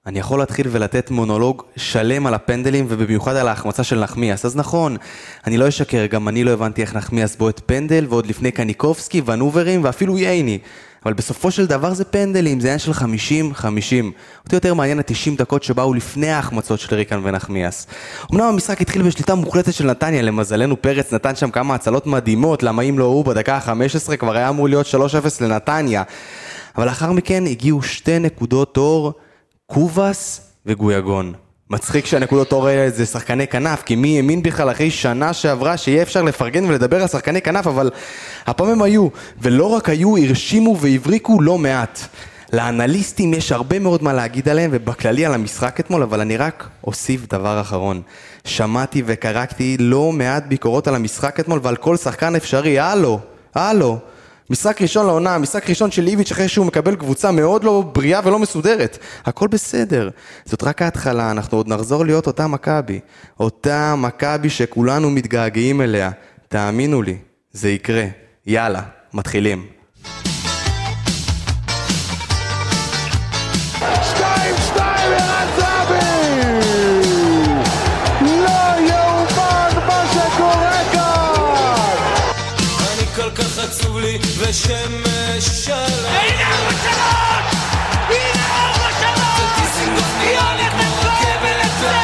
אני יכול להתחיל ולתת מונולוג שלם על הפנדלים ובמיוחד על ההחמצה של נחמיאס. אז נכון, אני לא אשקר, גם אני לא הבנתי איך נחמיאס בועט פנדל, ועוד לפני קניקובסקי, ונוברים ואפילו ייני. אבל בסופו של דבר זה פנדלים, זה עניין של 50-50. אותי יותר מעניין ה-90 דקות שבאו לפני ההחמצות של ריקן ונחמיאס. אמנם המשחק התחיל בשליטה מוחלטת של נתניה, למזלנו פרץ נתן שם כמה הצלות מדהימות, למה אם לא הוא בדקה ה-15 כבר היה אמור להיות 3-0 לנתניה. אבל לאחר מכן הגיעו 2 נקודות אור, קובס וגויגון. מצחיק שהנקודות אור זה שחקני כנף, כי מי האמין בכלל אחרי שנה שעברה שיהיה אפשר לפרגן ולדבר על שחקני כנף, אבל הפעם הם היו, ולא רק היו, הרשימו והבריקו לא מעט. לאנליסטים יש הרבה מאוד מה להגיד עליהם, ובכללי על המשחק אתמול, אבל אני רק אוסיף דבר אחרון. שמעתי וקראתי לא מעט ביקורות על המשחק אתמול, ועל כל שחקן אפשרי. הלו. משחק ראשון לעונה, משחק ראשון של ליביץ' אחרי שהוא מקבל קבוצה מאוד לא בריאה ולא מסודרת. הכל בסדר. זאת רק ההתחלה, אנחנו עוד נחזור להיות אותה מכבי. אותה מכבי שכולנו מתגעגעים אליה. תאמינו לי, זה יקרה. יאללה, מתחילים. ושמש שלום הנה 4-3 וטיסינגוף נהיה לי כמו רכבל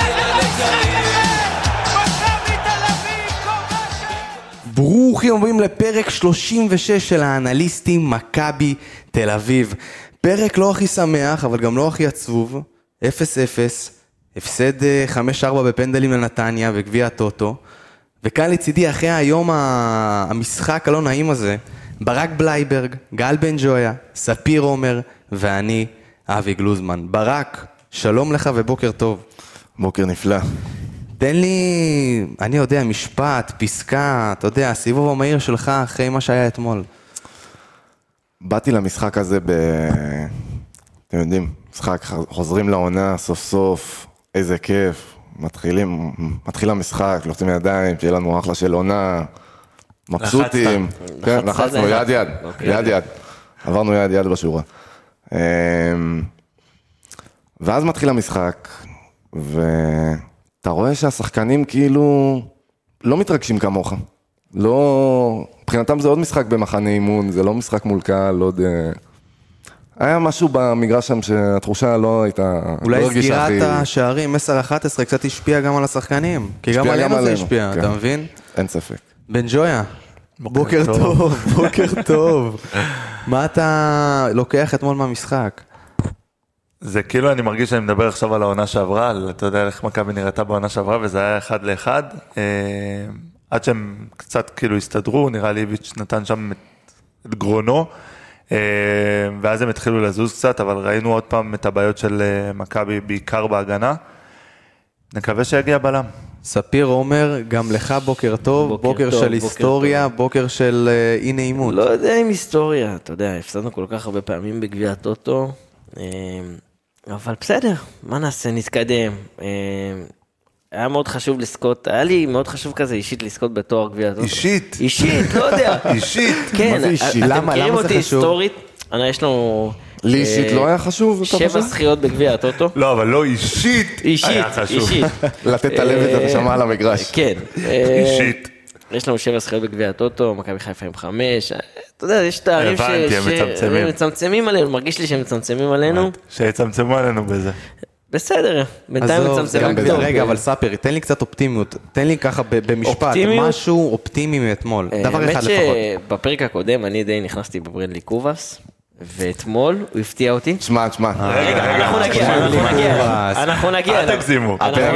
מכבי תל אביב כובשת. ברוכים הבאים לפרק 36 של האנליסטים מכבי תל אביב. פרק לא הכי שמח אבל גם לא הכי עצוב. 0-0 הפסד 5-4 בפנדלים לנתניה וגביע הטוטו, וכאן לצידי אחרי היום המשחק הלא נעים הזה ברק בלייברג, גל בן ג'ויה, ספיר עומר ואני אבי גלוזמן. ברק, שלום לך ובוקר טוב. בוקר נפלא. תן לי, אני יודע, משפט, פסקה, אתה יודע, הסיבוב המהיר שלך אחרי מה שהיה אתמול. באתי למשחק הזה אתם יודעים, משחק, חוזרים לעונה סוף סוף, איזה כיף, מתחיל המשחק, לוחצים ידיים, שיהיה לנו אחלה של עונה, מבסוטים, כן, לחצנו יד, עברנו יד בשורה. ואז מתחיל המשחק, ואתה רואה שהשחקנים כאילו לא מתרגשים כמוך. לא, מבחינתם זה עוד משחק במחנה אימון, זה לא משחק מול קהל, לא יודע. היה משהו במגרש שם שהתחושה לא הייתה, אולי סגירת השערים 10-11 קצת השפיע גם על השחקנים, כי גם עלינו זה השפיע, אתה מבין? אין ספק. בן ג'ויה, בוקר טוב. מה אתה לוקח אתמול מהמשחק? זה כאילו אני מרגיש שאני מדבר עכשיו על העונה שעברה, אתה יודע איך מכבי נראתה בעונה שעברה, וזה היה 1-1, עד שהם קצת כאילו הסתדרו, נראה לי איביץ' נתן שם את גרונו, ואז הם התחילו לזוז קצת, אבל ראינו עוד פעם את הבעיות של מכבי בעיקר בהגנה, נקווה שיגיע בלם. ספיר עומר, גם לך בוקר טוב, בוקר של היסטוריה, בוקר של אי נעימות. לא יודע אם היסטוריה, אתה יודע, הפסדנו כל כך הרבה פעמים בגביע הטוטו, אבל בסדר, מה נעשה, נתקדם. היה מאוד חשוב לזכות, היה לי מאוד חשוב כזה אישית לזכות בתואר גביע הטוטו. אישית, לא יודע. אישית? כן, אתם מכירים אותי היסטורית, יש לנו... לי אישית לא היה חשוב? 7 זכיות בגביע הטוטו. לא, אבל לא אישית היה חשוב. לתת את הלב את הנשמה על המגרש. כן. אישית. יש לנו 7 זכיות בגביע הטוטו, מכבי חיפה עם 5. אתה יודע, יש תארים שמצמצמים עלינו, מרגיש לי שהם מצמצמים עלינו. שיצמצמו עלינו בזה. בסדר, בינתיים מצמצמים טוב. רגע, אבל ספיר, תן לי קצת אופטימיות, תן לי ככה במשפט, משהו אופטימי מאתמול, דבר אחד לפחות. האמת שבפרק הקודם אני די נכנסתי בברנדלי קובס, ואתמול הוא הפתיע אותי. שמע. רגע, אנחנו נגיע. אל תגזימו.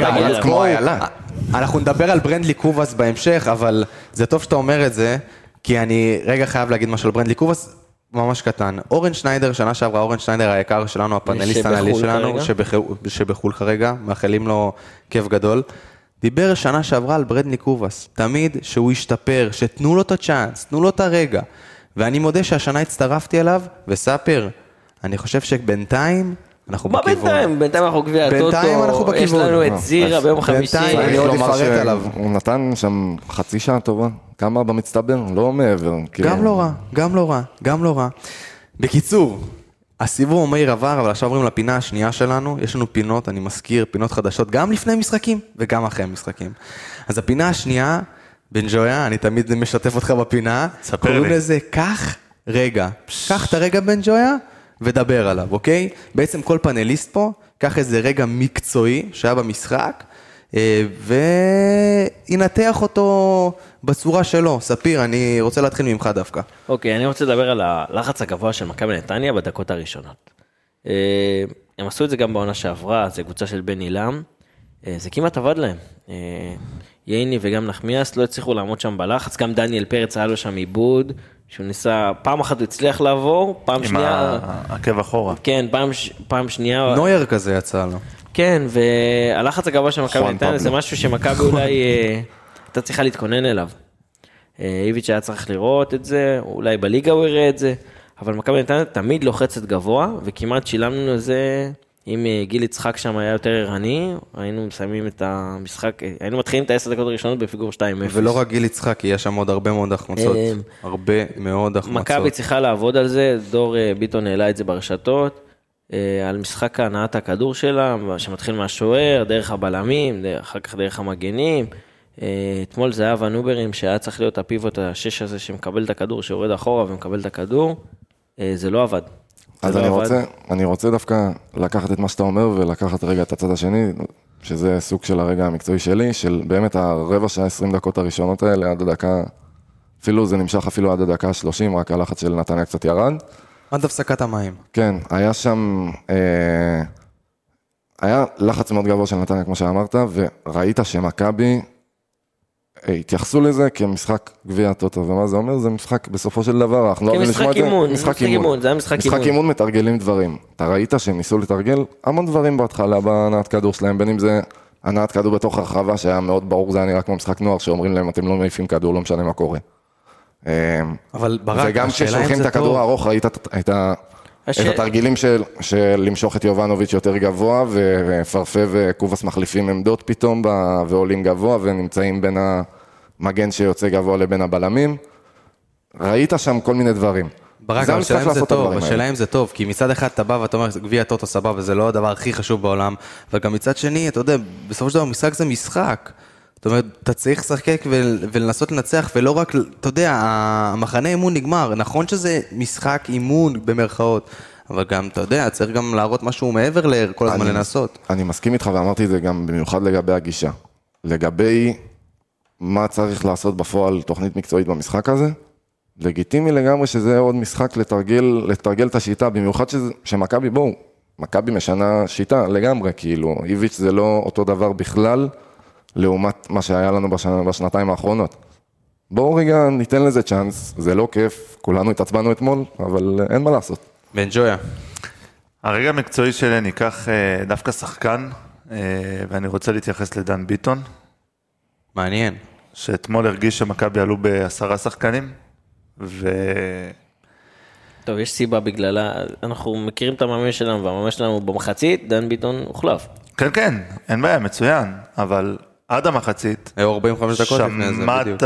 אנחנו נדבר על ברנדלי קובס בהמשך, אבל זה טוב שאתה אומר את זה, כי אני רגע חייב להגיד משהו על ברנדלי קובס, ממש קטן. אורן שניידר, שנה שעברה, אורן שניידר היקר שלנו, הפאנליסט האנליסט שלנו, שבחול כרגע, מאחלים לו כיף גדול, דיבר שנה שעברה על ברנדלי קובס, תמיד שהוא ישתפר, שתנו לו את הצ'אנס, תנו לו את הרגע, ואני מודה שהשנה הצטרפתי אליו, וספיר, אני חושב שבינתיים אנחנו בכיוון. מה בינתיים אנחנו גביע הטוטו, יש לנו את זירה ביום חמישי. אני עוד אפרט עליו. הוא נתן שם חצי שעה טובה, כמה במצטבר, לא מעבר. גם לא רע. בקיצור, הסיבוב המהיר עבר, אבל עכשיו עוברים לפינה השנייה שלנו, יש לנו פינות, אני מזכיר, פינות חדשות, גם לפני משחקים וגם אחרי המשחקים. אז הפינה השנייה, בן ג'ויה, אני תמיד משתף אותך בפינה, קוראים לזה, קח רגע, קח את הרגע בן ג'ויה, ודבר עליו, אוקיי? בעצם כל פאנליסט פה, קח איזה רגע מקצועי שהיה במשחק, וינתח אותו בצורה שלו. ספיר, אני רוצה להתחיל ממך דווקא. אוקיי, אני רוצה לדבר על הלחץ הגבוה של מכבי נתניה בדקות הראשונות. הם עשו את זה גם בעונה שעברה, זה קבוצה של בן אילם, זה כמעט עבד להם. ייני וגם נחמיאס לא הצליחו לעמוד שם בלחץ, גם דניאל פרץ היה לו שם עיבוד, שהוא ניסה, פעם אחת הוא הצליח לעבור, פעם שנייה... עם העקב אחורה. כן, פעם שנייה... נויר כזה יצא לו. כן, והלחץ הגבוה של מכבי נתניה זה משהו שמכבי אולי הייתה צריכה להתכונן אליו. איביץ' היה צריך לראות את זה, אולי בליגה הוא יראה את זה, אבל מכבי נתניה תמיד לוחצת גבוה, וכמעט שילמנו את זה, אם גיל יצחק שם היה יותר ערני, היינו מסיימים את המשחק, היינו מתחילים את 10 דקות הראשונות בפיגור 2-0. ולא רק גיל יצחק, יש שם עוד הרבה מאוד החמצות. הרבה מאוד החמצות. מכבי צריכה לעבוד על זה, דור ביטון העלה את זה ברשתות, על משחק הנעת הכדור שלה, שמתחיל מהשוער, דרך הבלמים, אחר כך דרך המגנים. אתמול זה היה ונוברים, שהיה צריך להיות הפיבוט השש הזה, שמקבל את הכדור, שיורד אחורה ומקבל את הכדור. זה לא עבד. אז אני רוצה דווקא לקחת את מה שאתה אומר, ולקחת רגע את הצד השני, שזה סוג של הרגע המקצועי שלי, של באמת הרבע שעה 20 דקות הראשונות האלה, עד הדקה, אפילו זה נמשך אפילו עד הדקה 30, רק הלחץ של נתניה קצת ירד. עד הפסקת המים. כן, היה שם, היה לחץ מאוד גבוה של נתניה, כמו שאמרת, וראית שמכבי התייחסו לזה כמשחק גביע הטוטו, ומה זה אומר? זה משחק בסופו של דבר, אנחנו לא אוהבים לשמוע את זה. משחק אימון, זה היה משחק אימון. משחק אימון מתרגלים דברים. אתה ראית שהם ניסו לתרגל המון דברים בהתחלה בהנעת כדור שלהם, בין אם זה הנעת כדור בתוך הרחבה, שהיה מאוד ברור, זה היה נראה כמו משחק נוער, שאומרים להם, אתם לא מעיפים כדור, לא משנה מה קורה. אבל ברק, וגם כששולחים את הכדור הארוך, ראית את התרגילים של למשוך את יובנוביץ' יותר גבוה, ופרפה וקובס מחליפים עמדות פתאום, ועולים גבוה, ונמצאים בין המגן שיוצא גבוה לבין הבלמים. ראית שם כל מיני דברים. ברק, אבל השאלה אם זה טוב, השאלה אם זה טוב, כי מצד אחד אתה בא ואתה אומר, גביע הטוטו סבבה, וזה לא הדבר הכי חשוב בעולם, אבל גם מצד שני, אתה יודע, בסופו של דבר, משחק זה משחק. זאת אומרת, אתה צריך לשחק ולנסות לנצח, ולא רק, אתה יודע, המחנה אימון נגמר. נכון שזה משחק אימון במרכאות, אבל גם, אתה יודע, צריך גם להראות משהו מעבר לכל הזמן לנסות. אני מסכים איתך, ואמרתי את זה גם במיוחד לגבי הגישה. לגבי מה צריך לעשות בפועל תוכנית מקצועית במשחק הזה, לגיטימי לגמרי שזה עוד משחק לתרגל את השיטה, במיוחד שמכבי, בואו, מכבי משנה שיטה לגמרי, כאילו, איביץ' זה לא אותו דבר בכלל, לעומת מה שהיה לנו בשנתיים האחרונות. בואו רגע ניתן לזה צ'אנס, זה לא כיף, כולנו התעצבנו אתמול, אבל אין מה לעשות. בן ג'ויה. הרגע המקצועי שלי ניקח דווקא שחקן, ואני רוצה להתייחס לדן ביטון. מעניין. שאתמול הרגיש שמכבי עלו ב10 שחקנים, טוב, יש סיבה בגללה, אנחנו מכירים את המאמן שלנו, והמאמן שלנו במחצית, דן ביטון הוחלף. כן, כן, אין בעיה, מצוין, אבל עד המחצית, היו 45 דקות לפני זה, בדיוק.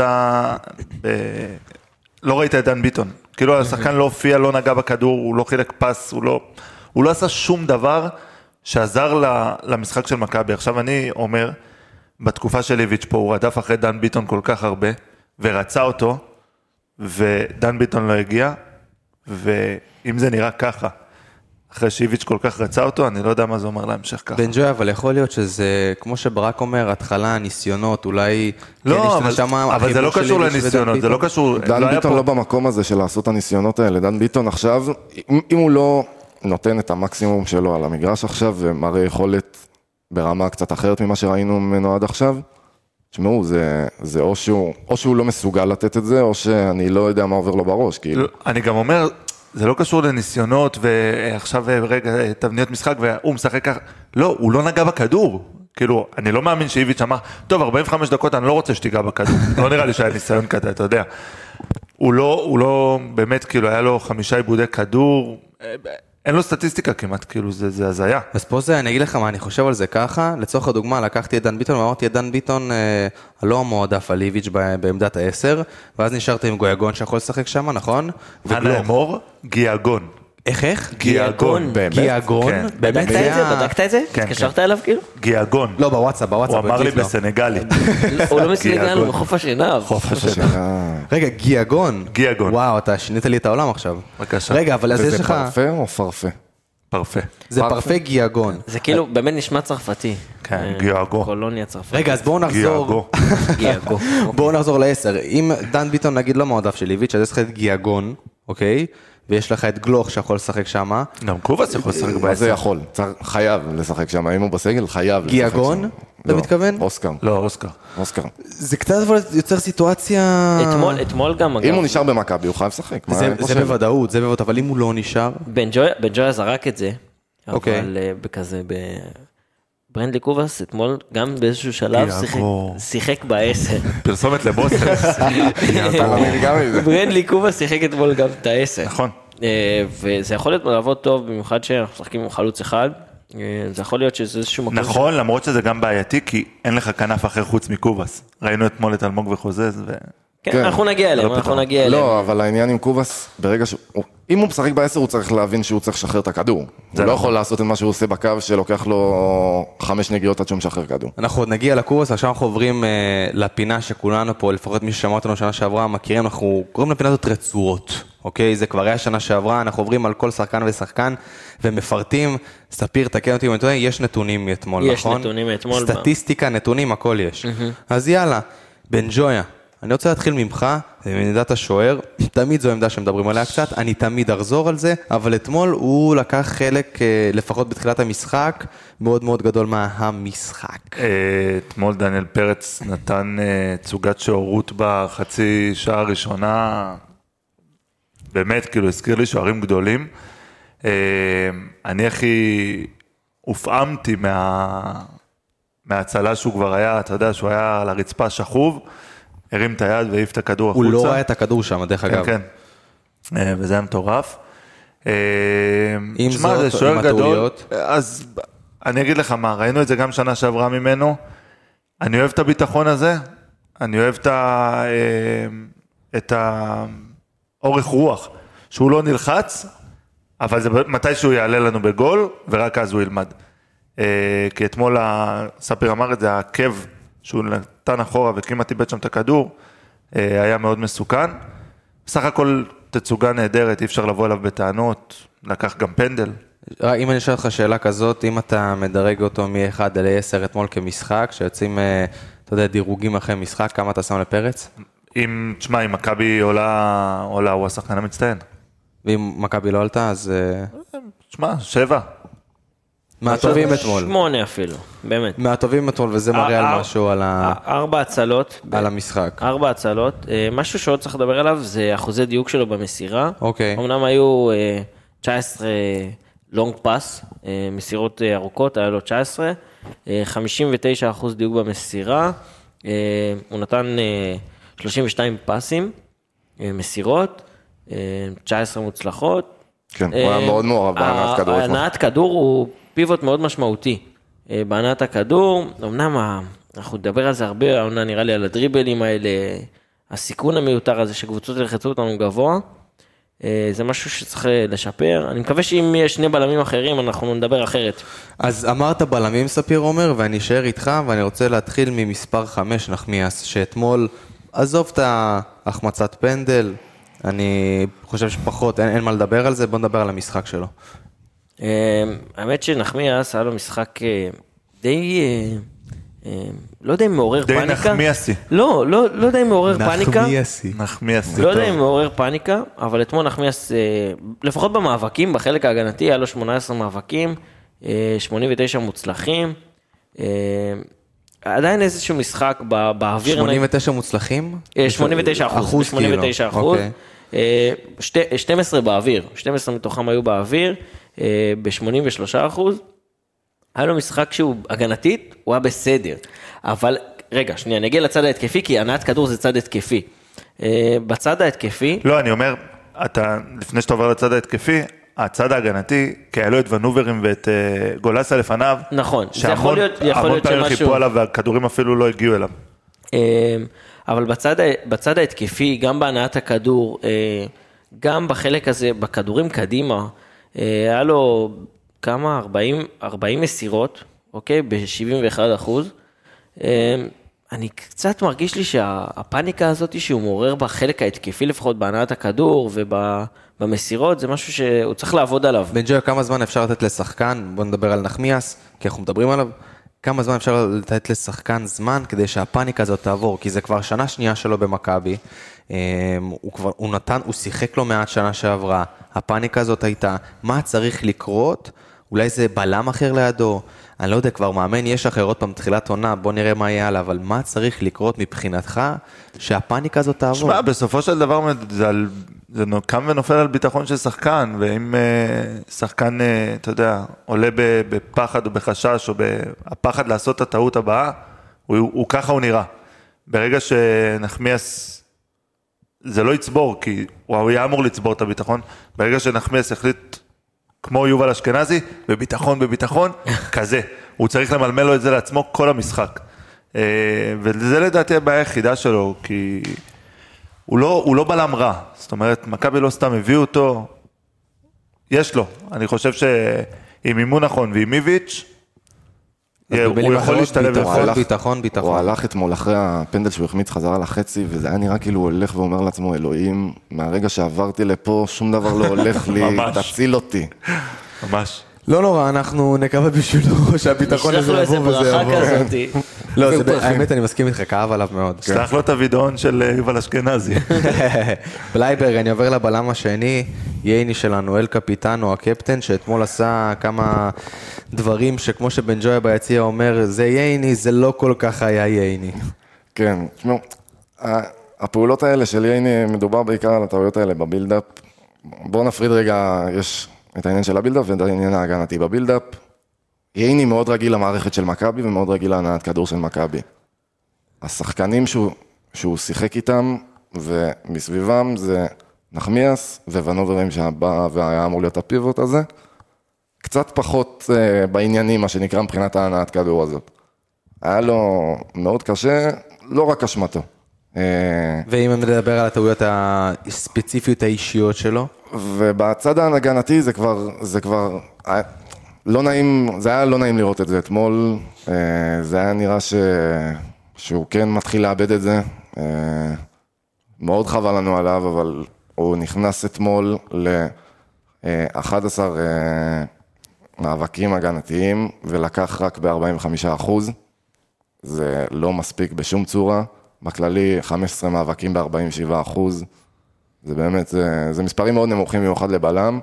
לא ראית את דן ביטון, כאילו השחקן לא הופיע, לא נגע בכדור, הוא לא חילק פס, הוא לא עשה שום דבר שעזר למשחק של מכבי. עכשיו אני אומר, בתקופה של איביץ' פה, הוא רדף אחרי דן ביטון כל כך הרבה, ורצה אותו, ודן ביטון לא הגיע, ואם זה נראה ככה, אחרי שאיביץ' כל כך רצה אותו, אני לא יודע מה זה אומר להמשך ככה. בן ג'וי, אבל יכול להיות שזה, כמו שברק אומר, התחלה, ניסיונות, אולי... לא, אבל זה לא קשור לניסיונות, זה לא קשור... דן ביטון לא במקום הזה של לעשות הניסיונות האלה. דן ביטון עכשיו, אם הוא לא נותן את המקסימום שלו על המגרש עכשיו, ומראה יכולת ברמה קצת אחרת ממה שראינו ממנו עד עכשיו, תשמעו, זה או שהוא לא מסוגל לתת את זה, או שאני לא יודע מה עובר לו בראש, כאילו. אני גם אומר... זה לא קשור לניסיונות, ועכשיו רגע תבניות משחק, והוא משחק ככה. לא, הוא לא נגע בכדור. כאילו, אני לא מאמין שאיביץ' אמר, טוב, 45 דקות, אני לא רוצה שתיגע בכדור. לא נראה לי שהיה ניסיון כזה, אתה יודע. הוא לא, באמת, כאילו, היה לו 5 עיבודי כדור, אין לו סטטיסטיקה כמעט, כאילו, זה הזיה. אז פה זה, אני אגיד לך מה, אני חושב על זה ככה, לצורך הדוגמה, לקחתי את דן ביטון, ואמרתי את דן ביטון, לא המועדף על איביץ' בעמדת ה10, ואז נשארתי עם גויגון שיכול לשחק שם, נכון? אנא אמור, גיאגון. איך? גיאגון. באמת? גיאגון? כן. באמת בדקת את זה? בדקת את זה? כן, התקשרת אליו כאילו? גיאגון. לא, בוואטסאפ. הוא אמר לי בג'יט לא. בסנגלית. הוא לא מסנגל, גיאגון. הוא בחוף השנהב. חוף השנה. רגע, גיאגון. גיאגון. וואו, אתה שינית לי את העולם עכשיו. בבקשה. רגע, אבל אז יש וזה לך... פרפה או פרפה? פרפה. זה פרפה גיאגון. זה כאילו באמת נשמע צרפתי. כן, גיאגו. קולוניה צרפתית. רגע, אז בואו נחזור... גיאגו. גיאגו. בואו נחזור ל-10. אם דן ביטון נגיד לא מועדף של ליביץ', אז יש לך את גיאגון, אוקיי? ויש לך את גלוך שיכול לשחק שם. גם קובס יכול לשחק מה זה ב10. יכול? חייב לשחק שם, אם הוא בסגל, חייב לשחק שם. גיאגון? אתה לא, מתכוון? אוסקר. לא, אוסקר. אוסקר. זה קצת אבל יוצר סיטואציה... אתמול גם, אם אגב, הוא נשאר במכבי, הוא חייב לשחק. מה, זה אין פה זה שאלה. בוודאות, זה בוודאות, אבל אם הוא לא נשאר... בן ג'ויה זרק את זה, אוקיי. אבל בכזה, ברנדלי קובס אתמול גם באיזשהו שלב גיאגו. שיחק ב10. פרסומת לבוסר. אתה לא נרגע מזה. ברנדלי קובס שיחק אתמול גם את ה10. נכון. וזה יכול להיות לעבוד טוב, במיוחד שאנחנו משחקים עם חלוץ אחד. זה יכול להיות שזה איזשהו מקום... נכון, למרות שזה גם בעייתי, כי אין לך כנף אחר חוץ מקובס. ראינו אתמול את אלמוג וחוזז, כן, כן. אנחנו נגיע אליהם, אנחנו נגיע אליהם. לא, אבל העניין עם קובס, ברגע ש... אם הוא משחק ב10, הוא צריך להבין שהוא צריך לשחרר את הכדור. הוא לא נכון. יכול לעשות את מה שהוא עושה בקו, שלוקח לו 5 נגיעות עד שהוא משחרר כדור. אנחנו עוד נגיע לקורס, עכשיו אנחנו עוברים לפינה שכולנו פה, לפחות מי ששמע אותנו שנה שעברה, מכירים, אנחנו קוראים לפינה הזאת רצועות, אוקיי? זה כבר היה שנה שעברה, אנחנו עוברים על כל שחקן ושחקן, ומפרטים, ספיר, תקן אותי, יש נתונים מאתמול, יש נכון? נתונים מאתמול. סטטיסטיקה, נתונים, הכל יש. אז יאללה, בן ג'ויה, אני רוצה להתחיל ממך, מעמדת השוער, תמיד זו עמדה שמדברים עליה קצת, אני תמיד אחזור על זה, אבל אתמול הוא לקח חלק, לפחות בתחילת המשחק, מאוד מאוד גדול מהמשחק. אתמול דניאל פרץ נתן תצוגת שעורות בחצי שעה הראשונה, באמת, כאילו, הזכיר לי שוערים גדולים. אני הכי הופעמתי מההצלה שהוא כבר היה, אתה יודע, שהוא היה על הרצפה שכוב, הרים את היד והעיף את הכדור החוצה. הוא לא ראה את הכדור שם, דרך אגב. כן, כן. וזה היה מטורף. עם שמע, זה זאת, שוער עם גדול. הטעויות. אז אני אגיד לך מה, ראינו את זה גם שנה שעברה ממנו. אני אוהב את הביטחון הזה, אני אוהב את האורך רוח, שהוא לא נלחץ, אבל זה מתי שהוא יעלה לנו בגול, ורק אז הוא ילמד. כי אתמול ספיר אמר את זה, העקב שהוא נתן אחורה וכמעט איבד שם את הכדור, היה מאוד מסוכן. בסך הכל תצוגה נהדרת, אי אפשר לבוא אליו בטענות, לקח גם פנדל. אם אני אשאל אותך שאלה כזאת, אם אתה מדרג אותו מ-1 ל-10 אתמול כמשחק, שיוצאים, אתה יודע, דירוגים אחרי משחק, כמה אתה שם לפרץ? תשמע, אם מכבי עולה, הוא השחקן המצטיין. ואם מכבי לא עלתה, אז... תשמע, 7. מהטובים אתמול. 8 אפילו, באמת. מהטובים אתמול, וזה מראה על משהו, על 4 הצלות. על המשחק. 4 הצלות. משהו שעוד צריך לדבר עליו, זה אחוזי דיוק שלו במסירה. אוקיי. אמנם היו 19 לונג פס, מסירות ארוכות, היה לו 19. 59% דיוק במסירה. הוא נתן 32 פסים, מסירות, 19 מוצלחות. כן, הוא היה מאוד מעורב בהנעת כדור. הנעת כדור הוא פיבוט מאוד משמעותי. בהנעת הכדור, אמנם אנחנו נדבר על זה הרבה, העונה נראה לי על הדריבלים האלה, הסיכון המיותר הזה שקבוצות ילחצו אותנו גבוה, זה משהו שצריך לשפר. אני מקווה שאם יש 2 בלמים אחרים, אנחנו נדבר אחרת. אז אמרת בלמים, ספיר אומר, ואני אשאר איתך, ואני רוצה להתחיל ממספר 5 נחמיאס, שאתמול עזוב את ההחמצת פנדל, אני חושב שפחות, אין מה לדבר על זה, בוא נדבר על המשחק שלו. האמת שנחמיאס היה לו משחק די, לא יודע אם מעורר די פאניקה. נחמיאסי. לא יודע אם מעורר פאניקה. נחמיאסי. לא יודע אם מעורר פאניקה, אבל אתמול נחמיאס, לפחות במאבקים, בחלק ההגנתי, היה לו 18 מאבקים, 89 מוצלחים, עדיין איזשהו משחק באוויר. 89 מוצלחים? 89 אחוז, 89 אחוז. 12 באוויר, 12 מתוכם היו באוויר, ב-83 אחוז. היה לו משחק שהוא הגנתית, הוא היה בסדר. אבל, רגע, שנייה, נגיע לצד ההתקפי, כי הנעת כדור זה צד התקפי. בצד ההתקפי... לא, אני אומר, לפני שאתה עובר לצד ההתקפי, הצד ההגנתי, כי היה לו את ונוברים ואת גולסה לפניו, נכון, זה יכול להיות שהמון פעמים שמשהו... חיפו עליו והכדורים אפילו לא הגיעו אליו. אבל בצד ההתקפי, גם בהנעת הכדור, גם בחלק הזה, בכדורים קדימה, היה לו כמה? 40 מסירות, אוקיי? ב-71%. אני קצת מרגיש לי שהפאניקה הזאת שהוא מעורר בחלק ההתקפי, לפחות בהנעת הכדור ובמסירות, זה משהו שהוא צריך לעבוד עליו. בן ג'ויה, כמה זמן אפשר לתת לשחקן, בוא נדבר על נחמיאס, כי אנחנו מדברים עליו, כמה זמן אפשר לתת לשחקן זמן כדי שהפאניקה הזאת תעבור, כי זה כבר שנה שנייה שלו במכבי, הוא שיחק לו מעט שנה שעברה, הפאניקה הזאת הייתה, מה צריך לקרות? אולי זה בלם אחר לידו, אני לא יודע, כבר מאמן יש אחרות פעם תחילת עונה, בוא נראה מה יהיה עליו, אבל מה צריך לקרות מבחינתך שהפאניקה הזאת תעבור? שמע, בסופו של דבר זה קם ונופל על ביטחון של שחקן, ואם שחקן, אתה יודע, עולה בפחד או בחשש, או בפחד לעשות את הטעות הבאה, ככה הוא נראה. ברגע שנחמיאס, זה לא יצבור, כי הוא היה אמור לצבור את הביטחון, ברגע שנחמיאס החליט, כמו יובל אשכנזי, בביטחון, כזה. הוא צריך למלמל לו את זה לעצמו כל המשחק. וזה לדעתי הבעיה היחידה שלו, כי הוא לא בלם רע. זאת אומרת, מכבי לא סתם הביאו אותו, יש לו. אני חושב שעם אימון נכון ועם איביץ', הוא יכול להשתלב ביטחון. הוא הלך אתמול אחרי הפנדל שהוא החמיץ חזרה לחצי, וזה היה נראה כאילו הוא הולך ואומר לעצמו, אלוהים, מהרגע שעברתי לפה, שום דבר לא הולך לי, תציל אותי. ממש. לא נורא, אנחנו נקווה בשבילו שהביטחון הזה יבוא וזה יבוא. נשלח לו איזה ברכה כזאת. לא, האמת אני מסכים איתך, כאב עליו מאוד. שלח לו את הוידאון של יובל אשכנזי. בלייברג, אני עובר לבלם השני, ייני שלנו, אל קפיטנו, הקפטן, שאתמול עשה כמה דברים שכמו שבן ג'ויה ביציע אומר, זה ייני, זה לא כל כך היה ייני. כן, תשמעו, הפעולות האלה של ייני, מדובר בעיקר על הטעויות האלה בבילדאפ. בואו נפריד רגע, יש את העניין של הבילדאפ ואת העניין ההגנתי בבילדאפ. ייני מאוד רגיל למערכת של מכבי ומאוד רגיל להנעת כדור של מכבי. השחקנים שהוא שיחק איתם ומסביבם זה נחמיאס וונוברים שהבא והיה אמור להיות הפיבוט הזה. קצת פחות בעניינים, מה שנקרא מבחינת ההנעת כדור הזאת. היה לו מאוד קשה, לא רק אשמתו. ואם נדבר על הטעויות הספציפיות האישיות שלו? ובצד ההגנתי זה כבר לא נעים, זה היה לא נעים לראות את זה אתמול, זה היה נראה שהוא כן מתחיל לאבד את זה, מאוד חבל לנו עליו, אבל הוא נכנס אתמול ל-11 מאבקים הגנתיים, ולקח רק ב-45%, זה לא מספיק בשום צורה, בכללי 15 מאבקים ב-47%, זה באמת, זה מספרים מאוד נמוכים מיוחד לבלם,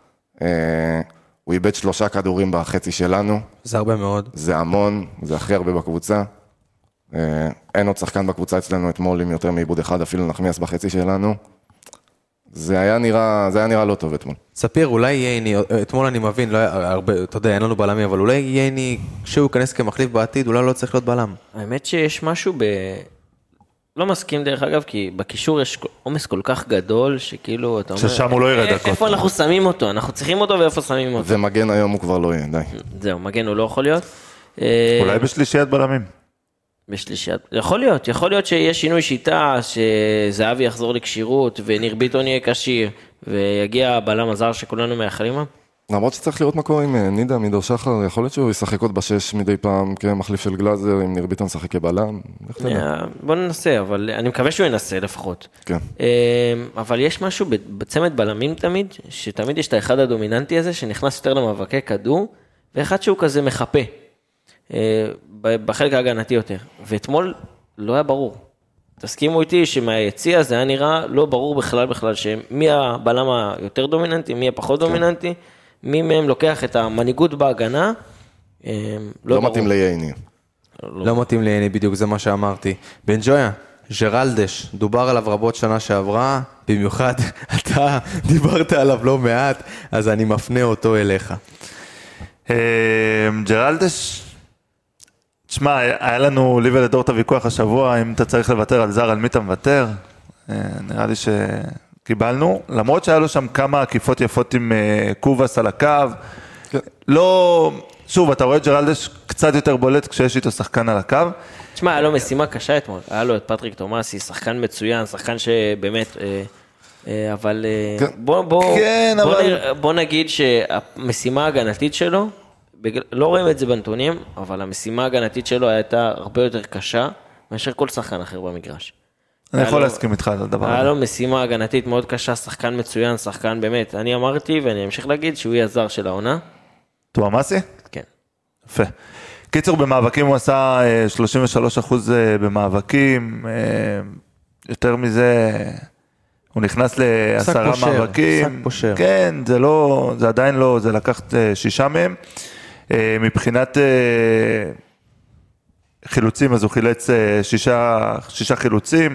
הוא איבד 3 כדורים בחצי שלנו. זה הרבה מאוד. זה המון, זה הכי הרבה בקבוצה. אין עוד שחקן בקבוצה אצלנו אתמול עם יותר מאיבוד אחד, אפילו נחמיאס בחצי שלנו. זה היה נראה לא טוב אתמול. ספיר, אולי ייני, אתמול אני מבין, לא הרבה, אתה יודע, אין לנו בלמי, אבל אולי ייני, כשהוא ייכנס כמחליף בעתיד, אולי לא צריך להיות בלם. האמת שיש משהו לא מסכים דרך אגב, כי בקישור יש עומס כל כך גדול, שכאילו, אתה אומר... ששם הוא לא ירד דקות. איפה אנחנו שמים אותו? אנחנו צריכים אותו ואיפה שמים אותו? ומגן היום הוא כבר לא יהיה, די. זהו, מגן הוא לא יכול להיות. אולי בשלישיית בלמים. בשלישיית, יכול להיות שיש שינוי שיטה, שזהבי יחזור לקשירות, וניר ביטון יהיה קשיר, ויגיע הבלם הזר שכולנו מייחלים לו. למרות שצריך לראות מה קורה עם נידה, מידור שחר, יכול להיות שהוא ישחק עוד בשש מדי פעם כמחליף של גלאזר, אם ניר ביטון שחק כבלם. בוא ננסה, אבל אני מקווה שהוא ינסה לפחות. כן. אבל יש משהו בצמד בלמים תמיד, שתמיד יש את האחד הדומיננטי הזה, שנכנס יותר למאבקי כדור, ואחד שהוא כזה מחפה, בחלק ההגנתי יותר. ואתמול לא היה ברור. תסכימו איתי שמהיציע זה היה נראה לא ברור בכלל, שמי הבלם היותר דומיננטי, מי הפחות דומיננטי, מי מהם לוקח את המנהיגות בהגנה, לא מתאים לייני. לא מתאים לייני, בדיוק זה מה שאמרתי. בן ג'ויה, ג'רלדש, דובר עליו רבות שנה שעברה, במיוחד אתה דיברת עליו לא מעט, אז אני מפנה אותו אליך. ג'רלדש, תשמע, היה לנו לי ולדור את הוויכוח השבוע, אם אתה צריך לוותר על זר, על מי אתה מוותר? נראה לי שקיבלנו, למרות שהיה לו שם כמה עקיפות יפות עם קובס על הקו, לא, שוב, אתה רואה את ג'רלדש קצת יותר בולט כשיש איתו שחקן על הקו. תשמע, היה לו משימה קשה אתמול, היה לו את פטריק תומאסי, שחקן מצוין, שחקן שבאמת אבל כן. כן, בוא נגיד שהמשימה ההגנתית שלו, לא רואים את זה בנתונים, אבל המשימה ההגנתית שלו הייתה הרבה יותר קשה, מאשר כל שחקן אחר במגרש. אני יכול להסכים איתך על הדבר היה הזה. לו משימה הגנתית מאוד קשה, שחקן מצוין, שחקן באמת. אני אמרתי ואני אמשיך להגיד שהוא יהיה הזר של העונה. טועמאסי? כן. יפה. קיצור, במאבקים הוא עשה 33% במאבקים, יותר מזה, הוא נכנס ל10 מאבקים. שק פושר. כן, זה עדיין לא, זה לקח 6 מהם. מבחינת חילוצים, אז הוא חילץ 6 חילוצים.